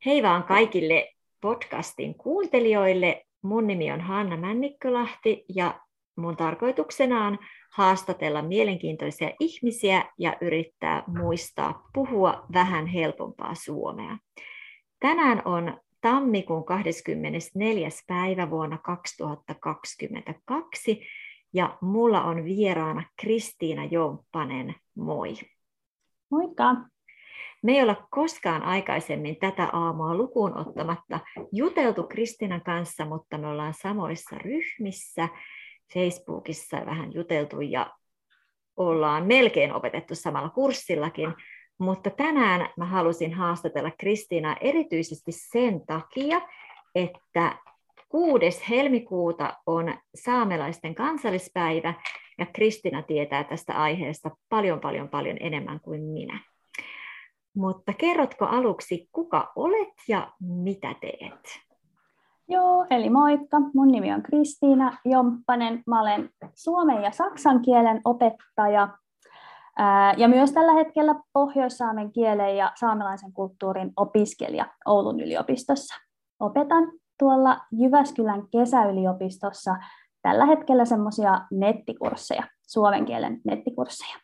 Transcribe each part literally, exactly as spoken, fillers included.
Hei vaan kaikille podcastin kuuntelijoille. Mun nimi on Hanna Männikkölahti ja mun tarkoituksena on haastatella mielenkiintoisia ihmisiä ja yrittää muistaa puhua vähän helpompaa suomea. Tänään on tammikuun kahdeskymmenesneljäs päivä vuonna kaksituhattakaksikymmentäkaksi ja mulla on vieraana Kristiina Jomppanen. Moi. Moikka. Me ei olla koskaan aikaisemmin tätä aamua lukuun ottamatta juteltu Kristiinan kanssa, mutta me ollaan samoissa ryhmissä, Facebookissa vähän juteltu ja ollaan melkein opetettu samalla kurssillakin. Mutta tänään mä halusin haastatella Kristiinaa erityisesti sen takia, että kuudes helmikuuta on saamelaisten kansallispäivä ja Kristiina tietää tästä aiheesta paljon paljon paljon enemmän kuin minä. Mutta kerrotko aluksi, kuka olet ja mitä teet? Joo, eli moikka. Mun nimi on Kristiina Jomppanen. Mä olen suomen ja saksan kielen opettaja ää, ja myös tällä hetkellä pohjoissaamen kielen ja saamelaisen kulttuurin opiskelija Oulun yliopistossa. Opetan tuolla Jyväskylän kesäyliopistossa tällä hetkellä semmoisia nettikursseja, suomen kielen nettikursseja.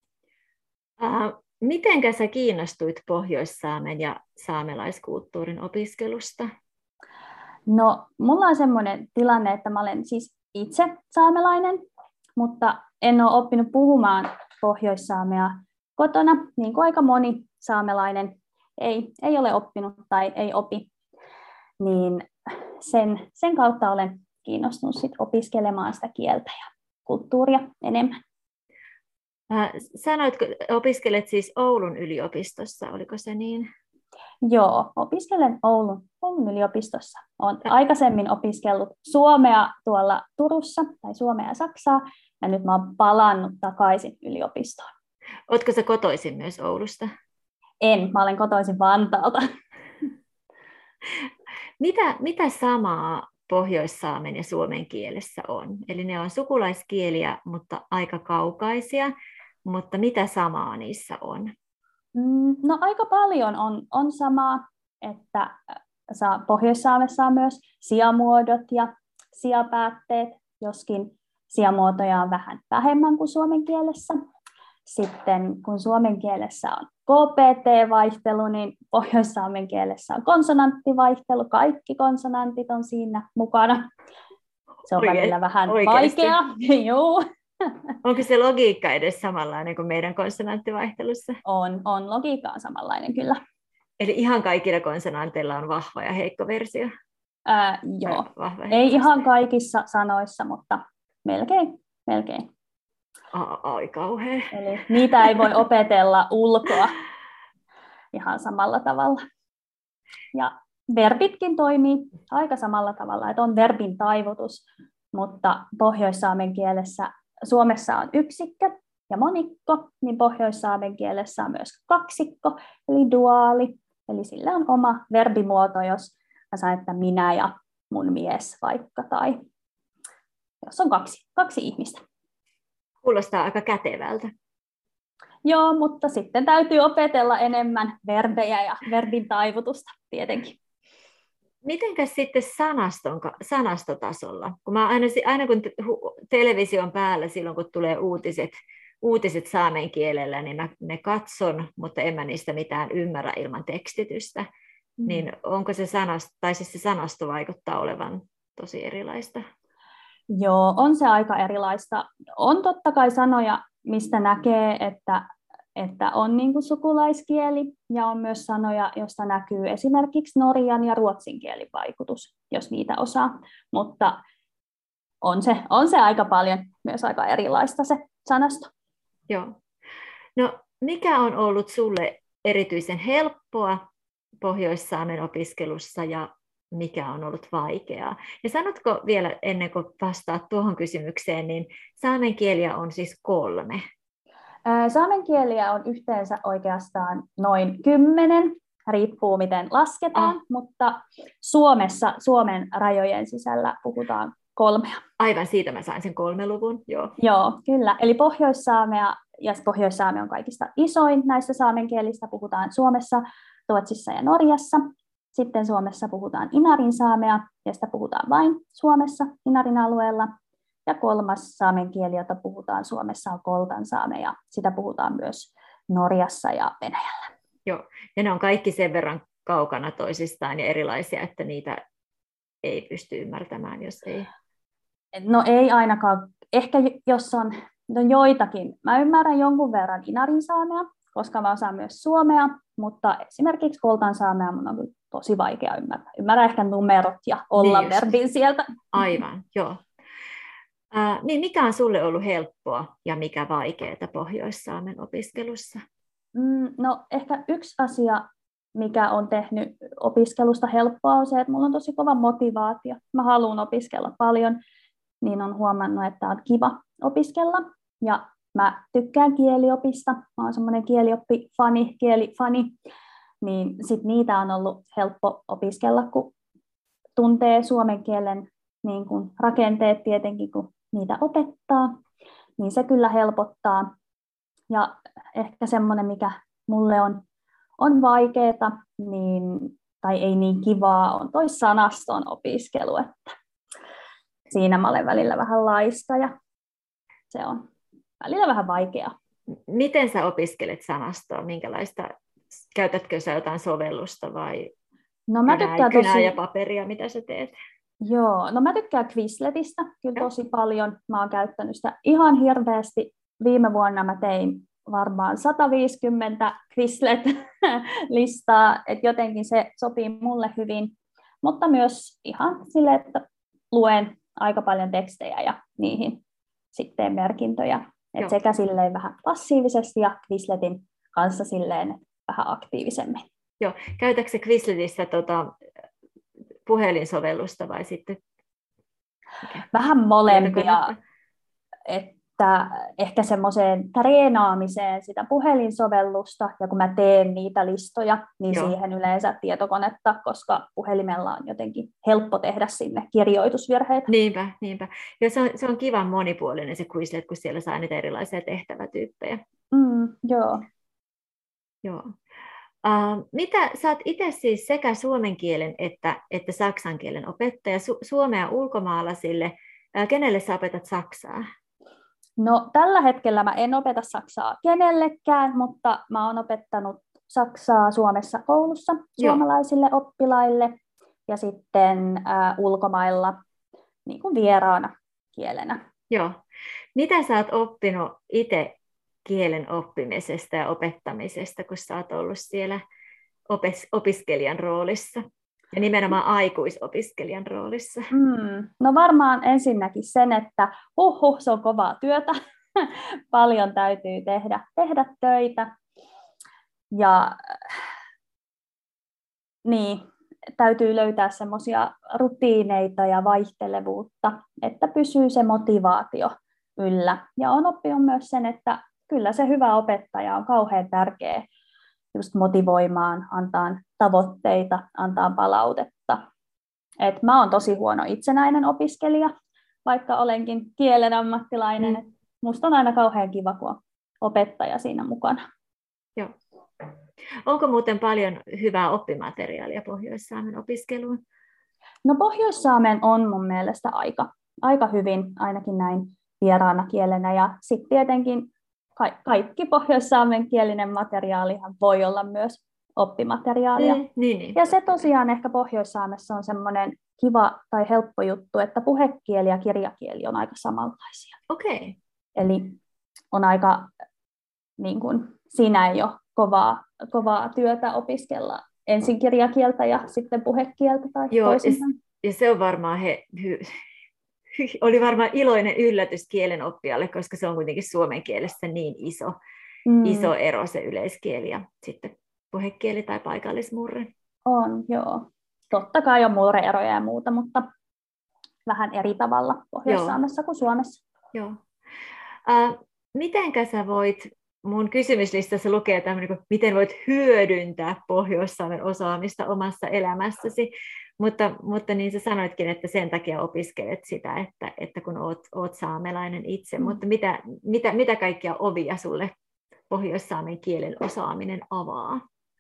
Äh. Mitenkä sä kiinnostuit pohjoissaamen ja saamelaiskulttuurin opiskelusta? No, mulla on semmoinen tilanne, että mä olen siis itse saamelainen, mutta en ole oppinut puhumaan pohjoissaamea kotona, niin kuin aika moni saamelainen ei, ei ole oppinut tai ei opi. Niin sen, sen kautta olen kiinnostunut sit opiskelemaan sitä kieltä ja kulttuuria enemmän. Äh, sanoitko, opiskelet siis Oulun yliopistossa, oliko se niin? Joo, opiskelen Oulun, Oulun yliopistossa. Olen aikaisemmin opiskellut suomea tuolla Turussa, tai suomea ja saksaa, ja nyt mä oon palannut takaisin yliopistoon. Ootko sä kotoisin myös Oulusta? En, mä olen kotoisin Vantaalta. Mitä, mitä samaa pohjoissaamen ja suomen kielessä on? Eli ne on sukulaiskieliä, mutta aika kaukaisia. Mutta mitä samaa niissä on? No aika paljon on, on samaa, että pohjoissaamessa on myös sijamuodot ja sijapäätteet, joskin sijamuotoja on vähän vähemmän kuin suomen kielessä. Sitten kun suomen kielessä on K P T-vaihtelu, niin pohjoissaamen kielessä on konsonanttivaihtelu. Kaikki konsonantit on siinä mukana. Se on Oikein, välillä vähän oikeasti. vaikeaa. Joo. Onko se logiikka edes samanlainen kuin meidän konsonanttivaihtelussa? On, on logiikka on samanlainen kyllä. Eli ihan kaikilla konsonanteilla on vahva ja heikko versio? Ää, joo, vahva, ei ihan kaikissa sanoissa, mutta melkein. melkein. Ai kauhea. Eli niitä ei voi opetella ulkoa ihan samalla tavalla. Ja verbitkin toimii aika samalla tavalla, että on verbin taivutus, mutta pohjoissaamen kielessä Suomessa on yksikkö ja monikko, niin pohjoissaamen kielessä on myös kaksikko, eli duaali. Eli sillä on oma verbimuoto, jos mä sanon, että minä ja mun mies vaikka, tai jos on kaksi, kaksi ihmistä. Kuulostaa aika kätevältä. Joo, mutta sitten täytyy opetella enemmän verbejä ja verbin taivutusta tietenkin. Mitenkäs sitten sanaston, sanastotasolla? Kun mä aina, aina kun televisio on päällä, silloin kun tulee uutiset, uutiset saamen kielellä, niin mä ne katson, mutta en mä niistä mitään ymmärrä ilman tekstitystä. Mm. Niin onko se sanasto, tai siis se sanasto vaikuttaa olevan tosi erilaista? Joo, on se aika erilaista. On totta kai sanoja, mistä näkee, että, että on niin kuin sukulaiskieli, ja on myös sanoja, joista näkyy esimerkiksi norjan ja ruotsin kielin vaikutus, jos niitä osaa. Mutta on se, on se aika paljon myös aika erilaista se sanasto. Joo. No, mikä on ollut sulle erityisen helppoa pohjoissaamen opiskelussa ja mikä on ollut vaikeaa? Ja sanotko vielä ennen kuin vastaat tuohon kysymykseen, niin saamen kieliä on siis kolme. Saamen kieliä on yhteensä oikeastaan noin kymmenen, riippuu miten lasketaan, ah. mutta Suomessa, Suomen rajojen sisällä puhutaan kolmea. Aivan, siitä mä sain sen kolmen luvun, joo. Joo, kyllä. Eli pohjoissaamea, ja pohjoissaame on kaikista isoin näistä saamenkielistä, puhutaan Suomessa, Ruotsissa ja Norjassa. Sitten Suomessa puhutaan inarinsaamea, ja sitä puhutaan vain Suomessa, Inarin alueella. Ja kolmas saamen kieli, jota puhutaan Suomessa, on koltansaame, ja sitä puhutaan myös Norjassa ja Venäjällä. Joo, ja ne on kaikki sen verran kaukana toisistaan ja erilaisia, että niitä ei pysty ymmärtämään, jos ei... No ei ainakaan. Ehkä jos on no joitakin. Mä ymmärrän jonkun verran inarinsaamea, koska mä osaan myös suomea, mutta esimerkiksi koltansaamea mun on tosi vaikea ymmärtää. Ymmärrän ehkä numerot ja olla niin verbin sieltä. Aivan, joo. Äh, niin mikä on sulle ollut helppoa ja mikä vaikeaa Pohjois-Saamen opiskelussa? Mm, no ehkä yksi asia, mikä on tehnyt opiskelusta helppoa, on se, että mulla on tosi kova motivaatio. Mä haluan opiskella paljon, niin on huomannut, että on kiva opiskella. Ja mä tykkään kieliopista. Mä oon semmoinen kielioppi-fani, kielifani. Niin sit niitä on ollut helppo opiskella, kun tuntee suomen kielen niin kun rakenteet tietenkin, kun niitä opettaa. Niin se kyllä helpottaa. Ja ehkä semmoinen, mikä mulle on, on vaikeaa, niin, tai ei niin kivaa, on toi sanaston opiskelu. Että siinä mä olen välillä vähän laiska ja se on välillä vähän vaikeaa. Miten sä opiskelet sanastoa? Minkälaista, käytätkö sä jotain sovellusta vai no, mä kynää, tykkään kynää tosi... ja paperia, mitä sä teet? Joo, no mä tykkään Quizletistä kyllä tosi paljon. Mä oon käyttänyt sitä ihan hirveästi. Viime vuonna mä tein varmaan sata viisikymmentä Quizlet-listaa, että jotenkin se sopii mulle hyvin. Mutta myös ihan sille, että luen aika paljon tekstejä ja niihin sitten merkintöjä. Et sekä silleen vähän passiivisesti ja Quizletin kanssa silleen vähän aktiivisemmin. Joo, käytätkö se Quizletissä tota, puhelinsovellusta vai sitten? Vähän molempia, että ehkä semmoiseen treenaamiseen sitä puhelinsovellusta, ja kun mä teen niitä listoja, niin Joo. siihen yleensä tietokonetta, koska puhelimella on jotenkin helppo tehdä sinne kirjoitusvirheitä. Niinpä, niinpä. Ja se on, se on kivan monipuolinen se Quizlet, kun siellä saa niitä erilaisia tehtävätyyppejä. Mm, joo. Joo. Uh, mitä sä oot itse siis sekä suomen kielen että, että saksan kielen opettaja Su- suomea ulkomaalaisille. Uh, kenelle sä opetat saksaa? No tällä hetkellä mä en opeta saksaa kenellekään, mutta mä oon opettanut saksaa Suomessa koulussa suomalaisille Joo. oppilaille ja sitten uh, ulkomailla niin kuin vieraana kielenä. Joo. Mitä sä oot oppinut itse kielen oppimisesta ja opettamisesta, kun sä oot ollut siellä opes- opiskelijan roolissa ja nimenomaan aikuisopiskelijan roolissa? Mm, no varmaan ensinnäkin sen, että huhhuh, se on kovaa työtä. Paljon täytyy tehdä, tehdä töitä ja niin, täytyy löytää semmoisia rutiineita ja vaihtelevuutta, että pysyy se motivaatio yllä. Ja olen oppinut myös sen, että kyllä se hyvä opettaja on kauhean tärkeä just motivoimaan, antaa tavoitteita, antaa palautetta. Et mä oon tosi huono itsenäinen opiskelija, vaikka olenkin kielen ammattilainen. Mm. Musta on aina kauhean kiva, kun on opettaja siinä mukana. Joo. Onko muuten paljon hyvää oppimateriaalia Pohjois-Saamen opiskeluun? No Pohjois-Saamen on mun mielestä aika, aika hyvin, ainakin näin vieraana kielenä. Ja sitten tietenkin ka- kaikki pohjois-saamen kielinen materiaalihan voi olla myös oppimateriaalia. Mm, niin, niin. Ja se tosiaan ehkä Pohjois-Saamessa on semmoinen kiva tai helppo juttu, että puhekieli ja kirjakieli on aika samanlaisia. Okei. Okay. Eli on aika, niin kuin, siinä ei ole kovaa, kovaa työtä opiskella ensin kirjakieltä ja sitten puhekieltä tai Joo, toisinaan. Ja se on varmaan he, hy, hy, oli varmaan iloinen yllätys kielen oppijalle, koska se on kuitenkin suomen kielessä niin iso, mm. iso ero se yleiskieli ja sitten puhekieli tai paikallismurre. On, joo. Totta kai on murre-eroja ja muuta, mutta vähän eri tavalla Pohjois-Saamessa kuin Suomessa. Joo. Uh, mitenkä sä voit, mun kysymyslistassa lukee tämmöinen, kuin, miten voit hyödyntää Pohjois-Saamen osaamista omassa elämässäsi, mutta, mutta niin sä sanoitkin, että sen takia opiskelet sitä, että, että kun oot, oot saamelainen itse, mm. mutta mitä, mitä, mitä kaikkia ovia sulle Pohjois-Saamen kielen osaaminen avaa?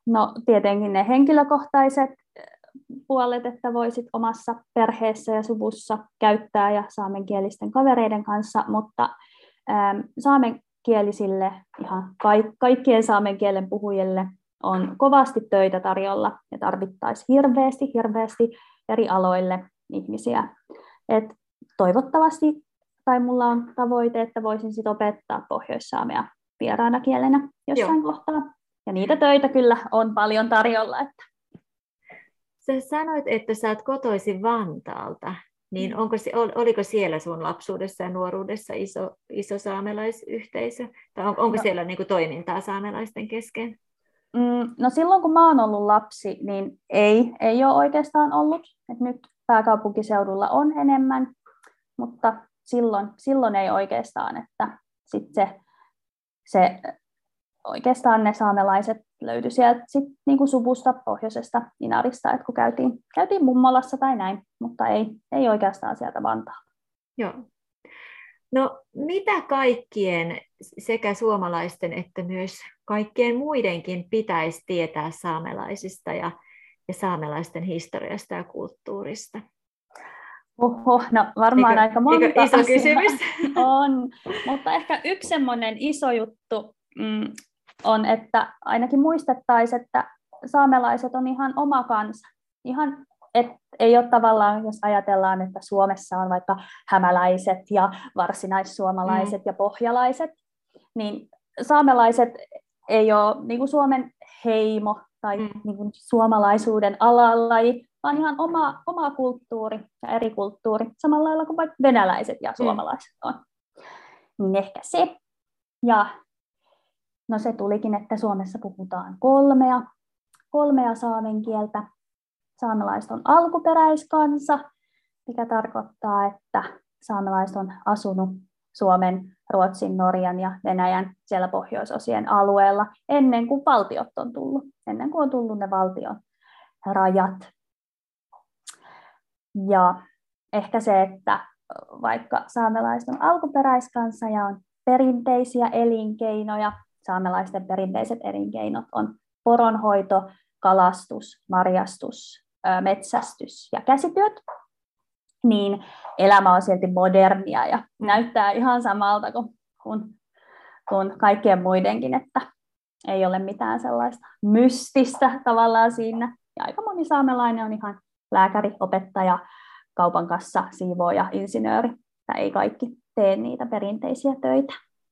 No tietenkin ne henkilökohtaiset puolet, että voisit omassa perheessä ja suvussa käyttää ja saamenkielisten kavereiden kanssa, mutta ähm, saamenkielisille, ihan ka- kaikkien saamen kielen puhujille on kovasti töitä tarjolla ja tarvittaisiin hirveästi, hirveästi eri aloille ihmisiä. Et toivottavasti, tai mulla on tavoite, että voisin sit opettaa pohjoissaamea vieraana kielenä jossain Joo. kohtaa. Ja niitä töitä kyllä on paljon tarjolla. Että. Sä sanoit, että sä oot kotoisin Vantaalta. Niin onko, oliko siellä sun lapsuudessa ja nuoruudessa iso, iso saamelaisyhteisö? Tai on, onko no. siellä niin kuin toimintaa saamelaisten kesken? Mm, no silloin kun mä oon ollut lapsi, niin ei, ei ole oikeastaan ollut. Et nyt pääkaupunkiseudulla on enemmän, mutta silloin, silloin ei oikeastaan. Että sit se, se, oikeastaan ne saamelaiset löytyi sieltä sit niinku suvusta, pohjoisesta Inarista, että kun käytiin, käytiin mummolassa tai näin, mutta ei, ei oikeastaan sieltä Vantaalta. Joo. No mitä kaikkien sekä suomalaisten että myös kaikkien muidenkin pitäisi tietää saamelaisista ja, ja saamelaisten historiasta ja kulttuurista? Oho, no varmaan eikö, aika monta eikö iso kysymys? On, mutta ehkä yksi semmoinen iso juttu mm, on, että ainakin muistettaisiin, että saamelaiset on ihan oma kansa. Ihan, et ei ole tavallaan, jos ajatellaan, että Suomessa on vaikka hämäläiset ja varsinaissuomalaiset mm. ja pohjalaiset, niin saamelaiset ei ole niin kuin Suomen heimo tai mm. niin kuin suomalaisuuden alalaji, vaan ihan oma, oma kulttuuri ja eri kulttuuri, samalla lailla kuin vaikka venäläiset ja suomalaiset on. Mm. Niin ehkä se. Ja no se tulikin, että Suomessa puhutaan kolmea, kolmea saamen kieltä. Saamelaiset on alkuperäiskansa, mikä tarkoittaa, että saamelaiset on asunut Suomen, Ruotsin, Norjan ja Venäjän siellä pohjoisosien alueella ennen kuin valtiot on tullut, ennen kuin on tullut ne valtion rajat. Ja ehkä se, että vaikka saamelaiset on alkuperäiskansa ja on perinteisiä elinkeinoja, saamelaisten perinteiset elinkeinot on poronhoito, kalastus, marjastus, metsästys ja käsityöt, niin elämä on silti modernia ja näyttää ihan samalta kuin, kuin, kuin kaikkien muidenkin, että ei ole mitään sellaista mystistä tavallaan siinä. Ja aika moni saamelainen on ihan lääkäri, opettaja, kaupan kassa, siivooja, insinööri. Tai ei kaikki tee niitä perinteisiä töitä.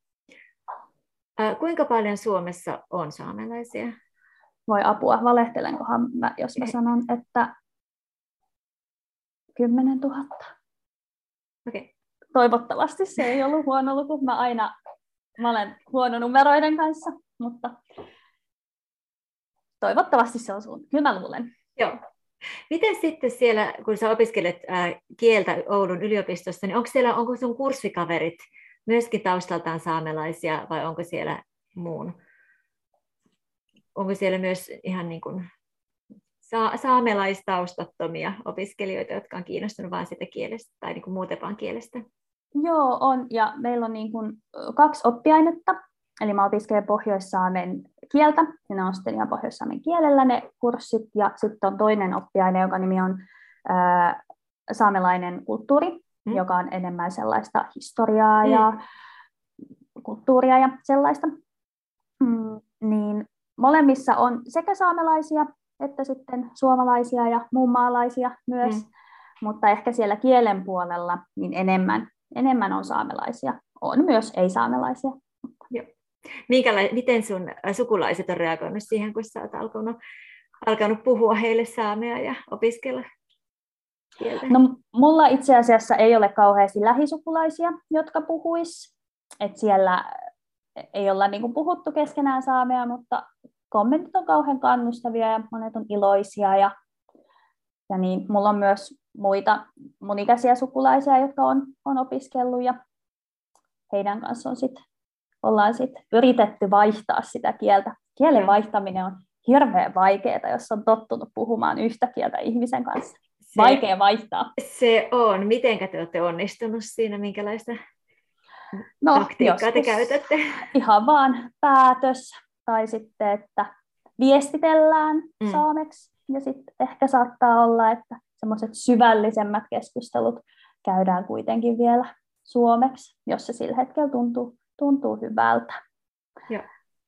Kuinka paljon Suomessa on saamelaisia? Voi apua, valehtelenkohan mä, jos mä sanon, että kymmenen tuhatta. Okay. Toivottavasti se ei ollut huono luku. Mä aina mä olen huono numeroiden kanssa, mutta toivottavasti se on sun. Kyllä mä luulen. Joo. Miten sitten siellä, kun sä opiskelet ää, kieltä Oulun yliopistossa, niin onko siellä, onko sun kurssikaverit myöskin taustaltaan saamelaisia vai onko siellä muun? Onko siellä myös ihan niin kuin sa- saamelaistaustattomia opiskelijoita, jotka on kiinnostunut vain sitä kielestä tai niin kuin muuten vaan kielestä? Joo, on. Ja meillä on niin kuin kaksi oppiainetta. Eli mä opiskelen pohjoissaamen kieltä, ja ne on sitten ihan pohjoissaamen kielellä ne kurssit. Ja sitten on toinen oppiaine, joka nimi on ää, saamelainen kulttuuri, mm. joka on enemmän sellaista historiaa mm. ja kulttuuria ja sellaista. Mm, niin molemmissa on sekä saamelaisia että sitten suomalaisia ja muunmaalaisia myös, mm. mutta ehkä siellä kielen puolella niin enemmän, enemmän on saamelaisia. On myös ei-saamelaisia. Joo. Minkäla- miten sun sukulaiset on reagoinut siihen, kun sä oot alkanut, alkanut puhua heille saamea ja opiskella kieltä? No, mulla itse asiassa ei ole kauheasti lähisukulaisia, jotka puhuis. Et siellä ei olla niinku puhuttu keskenään saamea, mutta kommentit on kauhean kannustavia ja monet on iloisia. Ja, ja niin, mulla on myös muita mun ikäisiä sukulaisia, jotka on, on opiskellut ja heidän kanssa on sit, ollaan sit yritetty vaihtaa sitä kieltä. Kielen vaihtaminen on hirveän vaikeaa, jos on tottunut puhumaan yhtä kieltä ihmisen kanssa. Se, Vaikea vaihtaa. Se on. Mitenkä te olette onnistunut siinä? Minkälaista no, taktiikkaa te käytätte? Ihan vaan päätös. Tai sitten, että viestitellään mm. saameksi. Ja sitten ehkä saattaa olla, että semmoiset syvällisemmät keskustelut käydään kuitenkin vielä suomeksi, jos se sillä hetkellä tuntuu, tuntuu hyvältä. Joo.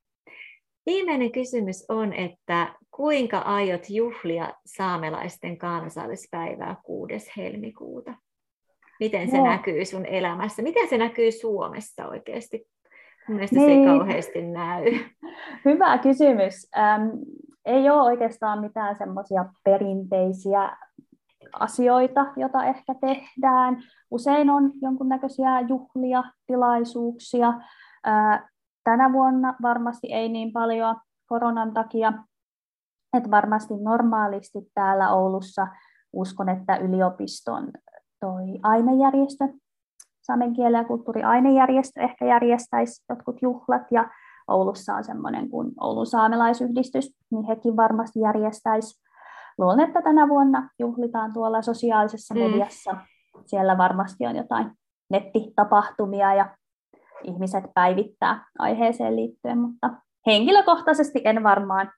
Viimeinen kysymys on, että kuinka aiot juhlia saamelaisten kansallispäivää kuudes helmikuuta? Miten se Joo. näkyy sun elämässä? Miten se näkyy Suomessa oikeasti? Mielestäni niin. se ei kauheasti näy. Hyvä kysymys. Ähm, ei ole oikeastaan mitään semmoisia perinteisiä asioita, joita ehkä tehdään. Usein on jonkunnäköisiä juhlia, tilaisuuksia. Äh, tänä vuonna varmasti ei niin paljon koronan takia, että varmasti normaalisti täällä Oulussa uskon, että yliopiston toi ainejärjestö, saamen kielen ja kulttuuriainejärjestö ehkä järjestäisi jotkut juhlat, ja Oulussa on semmoinen kuin Oulun saamelaisyhdistys, niin hekin varmasti järjestäisi. Luulen, että tänä vuonna juhlitaan tuolla sosiaalisessa mediassa. Mm. Siellä varmasti on jotain nettitapahtumia ja ihmiset päivittää aiheeseen liittyen, mutta henkilökohtaisesti en varmaan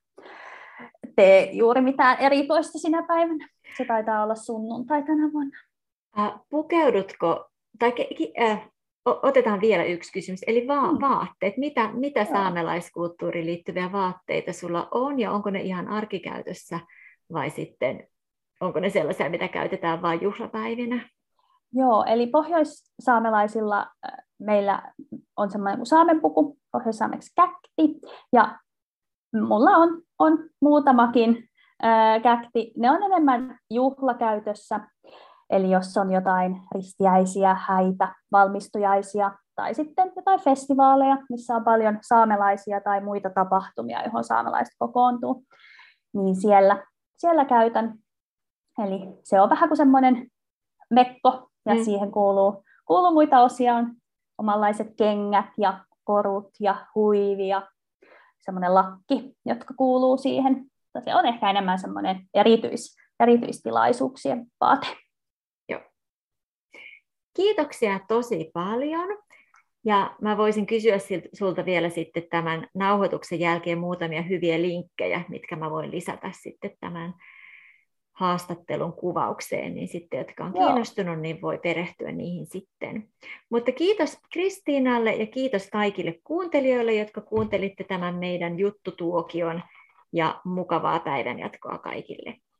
tee juuri mitään erikoista sinä päivänä. Se taitaa olla sunnuntai tänä vuonna. Äh, pukeudutko, tai äh, otetaan vielä yksi kysymys, eli va- mm. vaatteet. Mitä, mitä saamelaiskulttuuriin liittyviä vaatteita sulla on, ja onko ne ihan arkikäytössä, vai sitten onko ne sellaisia, mitä käytetään vain juhlapäivinä? Joo, eli pohjoissaamelaisilla meillä on semmoinen kuin saamenpuku, pohjoissaameksi käkti, ja mulla on, on muutamakin ää, käkti. Ne on enemmän juhlakäytössä, eli jos on jotain ristiäisiä, häitä, valmistujaisia, tai sitten jotain festivaaleja, missä on paljon saamelaisia tai muita tapahtumia, johon saamelaiset kokoontuu, niin siellä, siellä käytän. Eli se on vähän kuin semmoinen mekko, ja mm. siihen kuuluu, kuuluu muita osia, on omanlaiset kengät ja korut ja huivi ja semmoinen lakki, jotka kuuluu siihen. Se on ehkä enemmän semmoinen erityis, erityistilaisuuksien vaate. Joo. Kiitoksia tosi paljon. Ja mä voisin kysyä sulta vielä sitten tämän nauhoituksen jälkeen muutamia hyviä linkkejä, mitkä mä voin lisätä sitten tämän haastattelun kuvaukseen, niin sitten, jotka on kiinnostunut, niin voi perehtyä niihin sitten. Mutta kiitos Kristiinalle ja kiitos kaikille kuuntelijoille, jotka kuuntelitte tämän meidän juttutuokion, ja mukavaa päivänjatkoa kaikille.